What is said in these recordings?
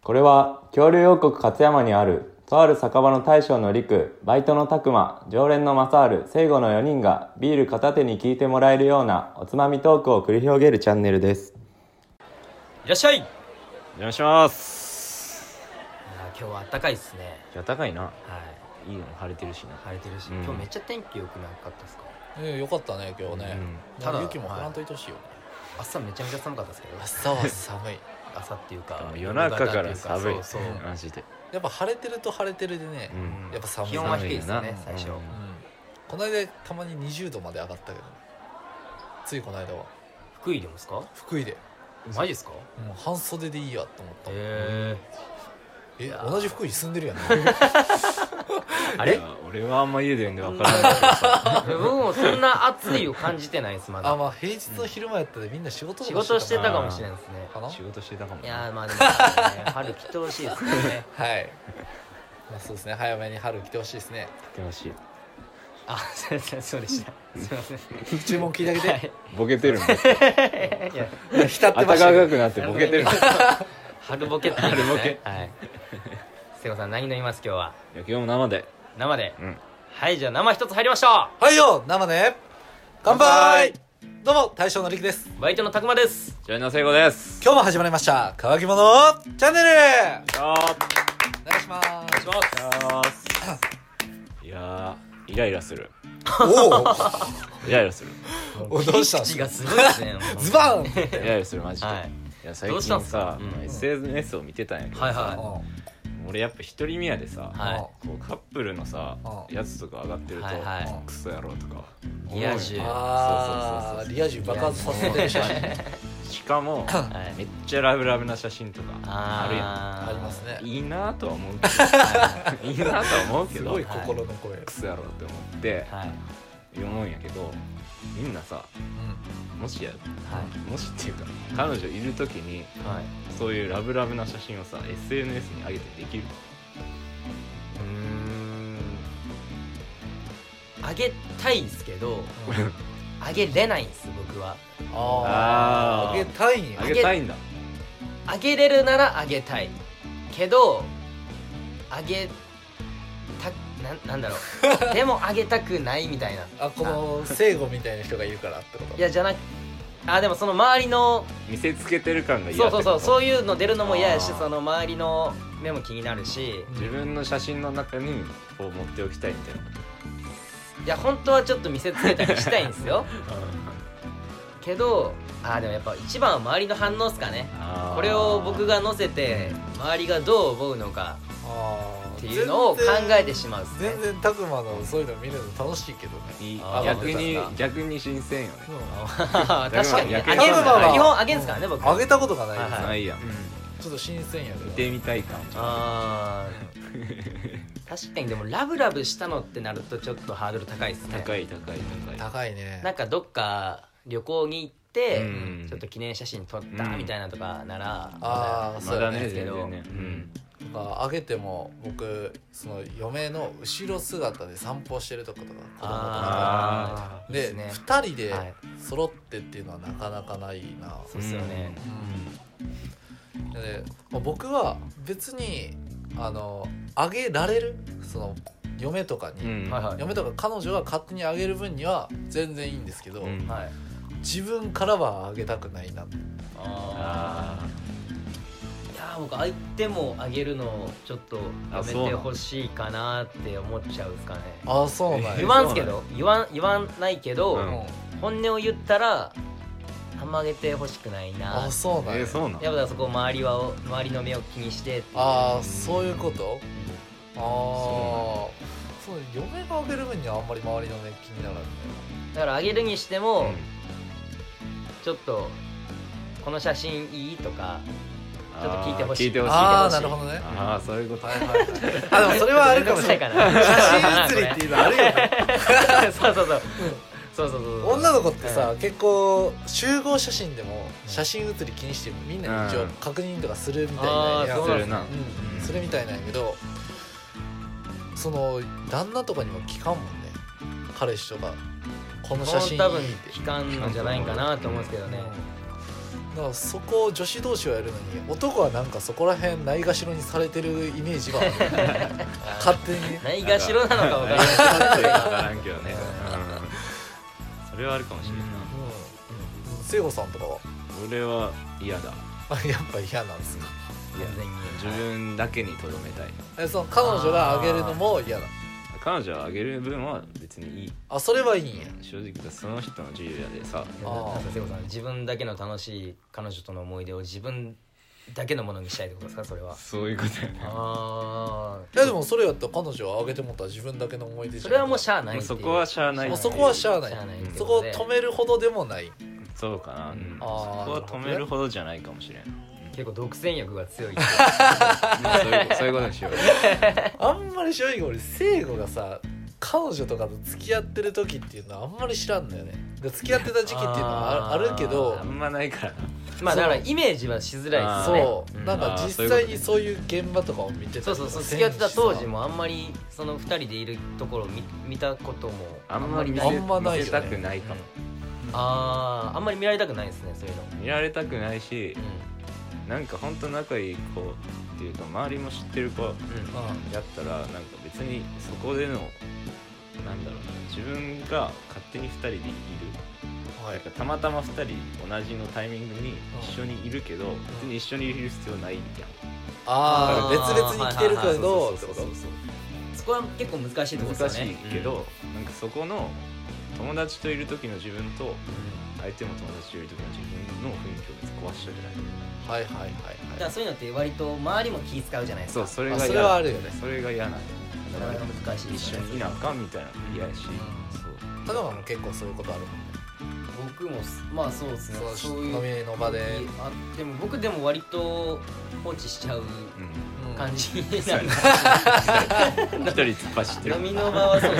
これは恐竜王国勝山にあるとある酒場の大将の陸、バイトの拓磨、常連の正治、聖護の4人がビール片手に聞いてもらえるようなおつまみトークを繰り広げるチャンネルです。 いらっしゃい。 お願いします。 今日は暖かいですね。 いや高いな。 はい。 いいの晴れてるしな。 晴れてるし、今日めっちゃ天気良くなかったですか？ よかったね今日ね、 ただ雪も降らんといてほしいよね。 朝めちゃめちゃ寒かったですけど。 朝は寒い。 朝っていうか夜中から寒い。 そうマジで。 やっぱ晴れてると晴れてるでね、やっぱ寒い。 気温は低いですよね最初。 この間たまに20度まで上がったけど、ついこの間は福井でもですか？ 福井で。 マジですか？ もう半袖でいいやと思った。同じ福井住んでるやんね。 あれ？ 俺はあんま家でんで分からないけどさ。 僕もそんな暑いを感じてないですまだ。 まあ平日の昼間やったらみんな仕事してたかもしれないですね。 仕事してたかも。 いやまあでも春来てほしいですね。 はい。そうですね、早めに春来てほしいですね。 来てほしい。 そうでした。すいません。 注文聞いてあげて。 ボケてるんだ。 浸ってました。 暖かくなってボケてるんだ。 春ボケって春ボケ。 はい。瀬古さん何飲みます今日は？ いや今日も生で。 生で。はいじゃあ生一つ入りました。 はいよ生ね。乾杯。どうも大将のりくです。 バイトのたくまです。 ジョイの聖子です。 今日も始まりました乾き物チャンネル。お願いします。 いやイライラする。イライラする。 どうしたんですか？ 口がすごいですね。 ズバン。 イライラするマジで。いや最近さ SNS を見てたんやけどさ、俺やっぱ一人宮でさ、こうカップルのさやつとか上がってるとクソ野郎とかリア充。 リア充爆発させてる写真。 しかもめっちゃラブラブな写真とかあるやん。 ありますね。 いいなとは思うけど、いいなとは思うけど、 すごい心の声。 クソ野郎って思って思うんやけど、みんなさ、もしっていうか彼女いる時にそういうラブラブな写真をさ SNS に上げてできる？ 上げたいんですけど上げれないんです僕は。 上げたいんや。 上げたいんだ。 上げれるなら上げたいけど上げたなんだろうでも上げたくないみたいな。 この聖護みたいな人がいるからってこと？ いやじゃなくでもその周りの見せつけてる感が嫌ってこと？ そういうの出るのも嫌やし、その周りの目も気になるし、 自分の写真の中にこう持っておきたいみたいな。 いや本当はちょっと見せつけたりしたいんですよけどでもやっぱ一番は周りの反応っすかね。これを僕が載せて周りがどう思うのかっていうのを考えてしまうっすね。 全然たくまのそういうの見るの楽しいけどね。 逆に新鮮よね。 確かにね。 基本あげんすからね僕。 あげたことがないです。 ないやん。 ちょっと新鮮やで。 見てみたいか。 確かにでもラブラブしたのってなるとちょっとハードル高いっすね。 高いね。 なんかどっか旅行に行ってちょっと記念写真撮ったみたいなとかならまだねですけど、 あげても僕その嫁の後ろ姿で散歩してるとことか子供とかで2人で揃ってっていうのはなかなかないな。 そうですよね。 で僕は別にあげられるその嫁とかに、嫁とか彼女が勝手にあげる分には全然いいんですけど、自分からはあげたくないな。 いや僕相手もあげるのをちょっとやめてほしいかなって思っちゃうっすかね。 そうなんや。 言わんすけど言わないけど、本音を言ったらあんまあげてほしくないな。 そうなんや。 やっぱそこ周りの目を気にしてっていう。 そういうこと？そう嫁があげる分にはあんまり周りの目気にならない。 だからあげるにしても、ちょっとこの写真いいとかちょっと聞いてほしい。 なるほどね。 そういうこと。 でもそれはあるかもしれない。写真写りっていうのあるよね。そう女の子ってさ、結構集合写真でも写真写り気にしてみんな一応確認とかするみたいな。するみたいなんやけど、その旦那とかにも聞かんもんね。彼氏とかこの写真いいって多分聞かんのじゃないかなと思うんですけどね。 だからそこを女子同士はやるのに男はなんかそこら辺ないがしろにされてるイメージがある勝手にねないがしろなのか分からないからんけどね、それはあるかもしれないな。 聖子さんとかは俺は嫌だ。 やっぱ嫌なんですか。 自分だけにとどめたい。 その彼女があげるのも嫌だ。 彼女はあげる分は別にいい。 あ、それはいいんや。 正直その人の自由やでさ。 聖子さん、自分だけの楽しい彼女との思い出を自分だけのものにしたいってことですか、それは。 そういうことやね。 いやでもそれやったら彼女はあげてもったら自分だけの思い出じゃん。 それはもうしゃあないっていう。 そこはしゃあない。 そこはしゃあない。そこを止めるほどでもない。 そうかな、そこは止めるほどじゃないかもしれん。 結構独占欲が強いそういうことにしよう。 あんまり正直俺聖子がさ彼女とかと付き合ってる時っていうのはあんまり知らんのよね。付き合ってた時期っていうのはあるけどあんまないからな。 まあだからイメージはしづらいですね。 そうなんか実際にそういう現場とかを見てたりとか付き合ってた当時もあんまりその2人でいるところを見たこともあんまりない。 あんまないよね。 見せたくないかも。 あんまり見られたくないですね、そういうの。 見られたくないし、なんか本当仲いい子っていうか周りも知ってる子やったらなんか別にそこでのなんだろうな、自分が勝手に2人でいる、なんかたまたま2人同じのタイミングに一緒にいるけど別に一緒にいる必要ないみたいな。 別々に来てるけどってこと。 そこは結構難しいところですよね。 難しいけど、なんかそこの友達といる時の自分と相手も友達といる時の自分の雰囲気を別に壊しちゃうじゃない。 はいはいはいはい。 だからそういうのって割と周りも気使うじゃないですか。 そう、それはあるよね。 それが嫌なんだ。 難しい。 一緒にいなあかんみたいなの嫌やし。 高間も結構そういうことあるもんね。 僕もまあそうですね。そういう飲みの場ででも僕でも割と放置しちゃう感じになる。 一人突っ走ってる。 飲みの場はそう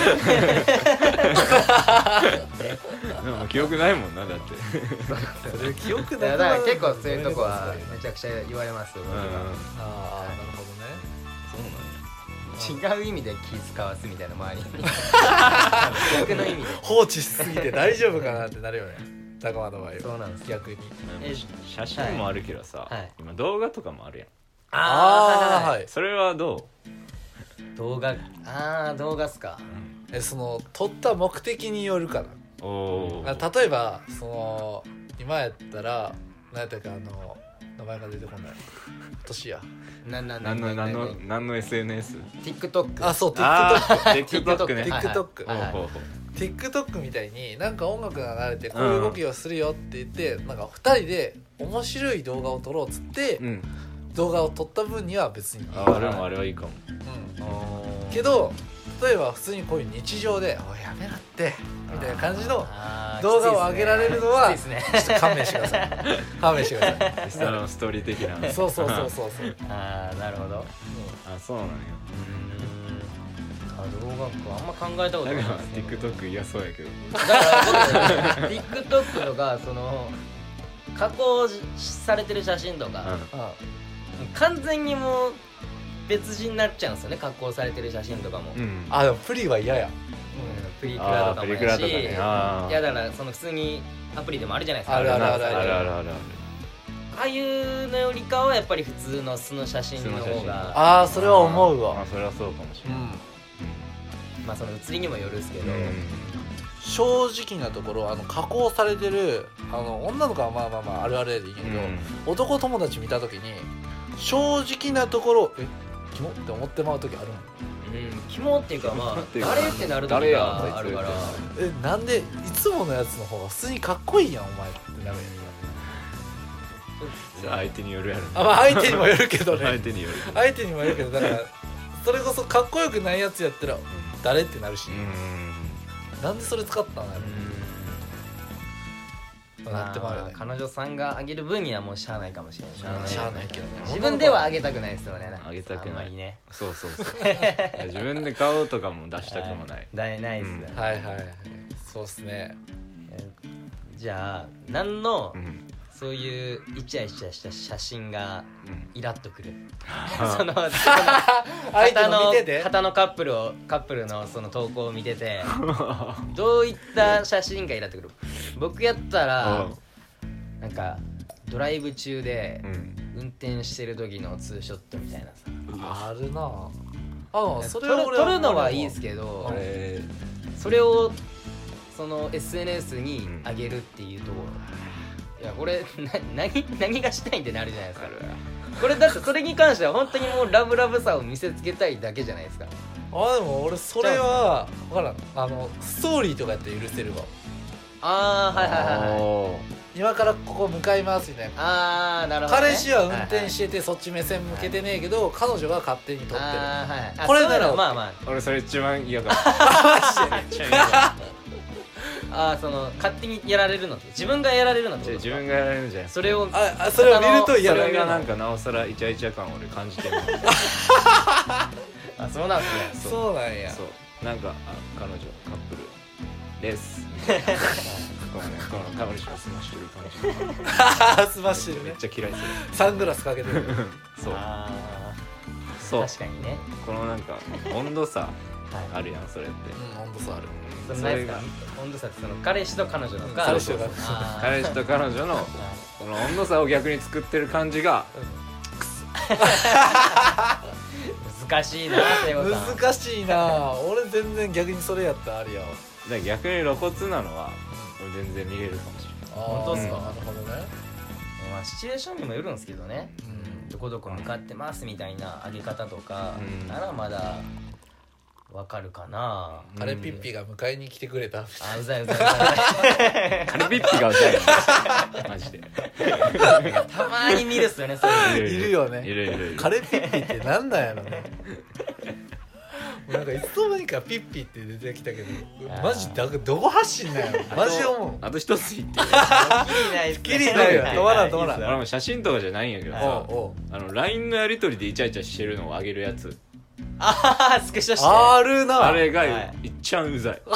ですよね。 でも記憶ないもんな、だって。 それ記憶ない。 だから結構そういうとこはめちゃくちゃ言われますよ。 ああ、なるほどね。 違う意味で気使わすみたいな周りに。逆の意味で放置しすぎて大丈夫かなってなるよね。高間の場合は。 そうなんです。 逆に。 写真もあるけどさ、今動画とかもあるやん。 はい。 それはどう？動画っすか。 その撮った目的によるかな。例えばその今やったら何やったか名前が出てこない。年や。 何の SNS？TikTok。 あ、そう、TikTok ね。 TikTok みたいになんか音楽が流れてこういう動きをするよって言ってなんか2人で面白い動画を撮ろうっつって動画を撮った分には別にいい。 あれはいいかも。 けど例えば普通にこういう日常で「おいやめろって」みたいな感じの動画を上げられるのはちょっと勘弁してください。勘弁してください。 ストーリー的な。 そう。 なるほど。 そうなのよ。 動画かあんま考えたことない。 TikTok 嫌そうやけど。 だから僕 TikTok とかその加工されてる写真とか完全にもう別人になっちゃうんですよね、加工されてる写真とかも。 でもプリは嫌や。 プリクラとかもやし、いやだからその普通にアプリでもあるじゃないですか。 ある。 ああいうのよりかはやっぱり普通の素の写真の方が。 それは思うわ。 それはそうかもしれない。 まあその写りにもよるんですけど、 正直なところ加工されてる女の子はまああるあるでいいけど、男友達見た時に正直なところキモって思ってまう時あるもん。 キモっていうかまあ誰ってなる時があるから、 なんでいつものやつの方が普通にかっこいいやんお前ってなるやん。相手によるやろね。 相手にもよるけどね。 相手にもよるけど、だからそれこそかっこよくないやつやったら誰ってなるし、なんでそれ使ったんやろなってもあるよね。 彼女さんがあげる分にはもうしゃあないかもしれない。 しゃあないけどね。 自分ではあげたくないですよね。 あげたくない。 ね。 そう。自分で買おうとかも出したくもない。 ないですね。 はい。そうっすね。 じゃあ何のそういうイチャイチャした写真がイラっとくる。その方のカップルのその投稿を見ててどういった写真がイラっとくる。僕やったらなんかドライブ中で運転してる時のツーショットみたいなさ、 あるなそれを撮るのはいいですけど、それをその SNS に上げるっていうと、いやこれ何がしたいんってなるじゃないですか。これだってそれに関しては本当にもうラブラブさを見せつけたいだけじゃないですか。 でも俺それは分からん、ストーリーとかやって許せるわ。今からここ向かいますみたいな。 なるほど、ね、 彼氏は運転しててそっち目線向けてねえけど、彼女が勝手に撮ってる。 これなら俺それ一番嫌かも。 その勝手にやられるのって自分がやられるのって自分がやられるんじゃない。 それを見ると嫌だ。 それがなんかなおさらイチャイチャ感を俺感じてる。 そうなんですね。そうなんや。 そうなんか彼女カップルですこの彼女が済ましてる感じ。 済ましてるね。 めっちゃ嫌いする。 サングラスかけてる。 そう確かにね。 このなんか温度差あるやんそれって。 温度差ある。 それが温度差ってその彼氏と彼女のか、 彼氏と彼女のこの温度差を逆に作ってる感じが難しいな。 難しいな。俺全然逆にそれやったらありやわ。 だから逆に露骨なのは俺全然見れるかもしれない。 本当ですか。 なるほどね。 シチュエーションにもよるんですけどね、どこどこ向かってますみたいな上げ方とかならまだわかるかな。 カレピッピが迎えに来てくれた。 うざい。カレピッピがうざいマジで。 たまに見るっすよね。それいるよね。 いる。 カレピッピってなんなんやろね。なんかいつの間にかピッピって出てきたけど、マジどこ発信だよ。マジ思う。 あと一つ言ってきりないよ。止まらん。 俺も写真とかじゃないんやけどさ、LINE のやり取りでイチャイチャしてるのをあげるやつ。 スクショしてあるな。 あれが一番うざい。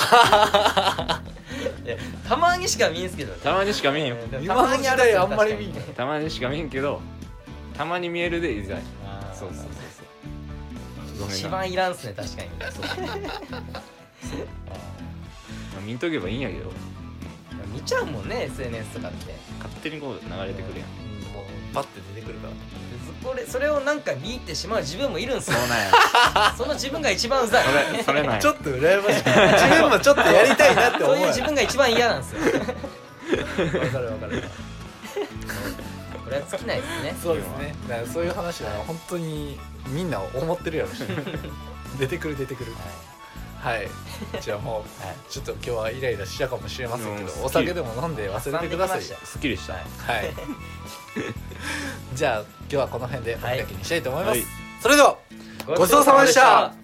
たまにしか見んすけど。 たまにしか見んよ。 今の時代あんまり見ん。 たまにしか見んけど、たまに見えるでうざい。そう。 一番いらんっすね、確かに。 見んとけばいいんやけど、 見ちゃうもんね SNS とかって。 勝手にこう流れてくるやん。 もうパッて出てくるから。 それをなんか見入ってしまう自分もいるんすよ。 そうなんや。 その自分が一番うざい。 それなんや。 ちょっと羨ましい。自分もちょっとやりたいなって思う。 そういう自分が一番嫌なんですよ。 わかる。 これは尽きないですね。 そうですね。だからそういう話は本当にみんな思ってるやろし。出てくる。はい。じゃあもうちょっと今日はイライラしたかもしれませんけど、お酒でも飲んで忘れてください。 すっきりした。 はい。じゃあ今日はこの辺でお開きにしたいと思います。それではごちそうさまでした。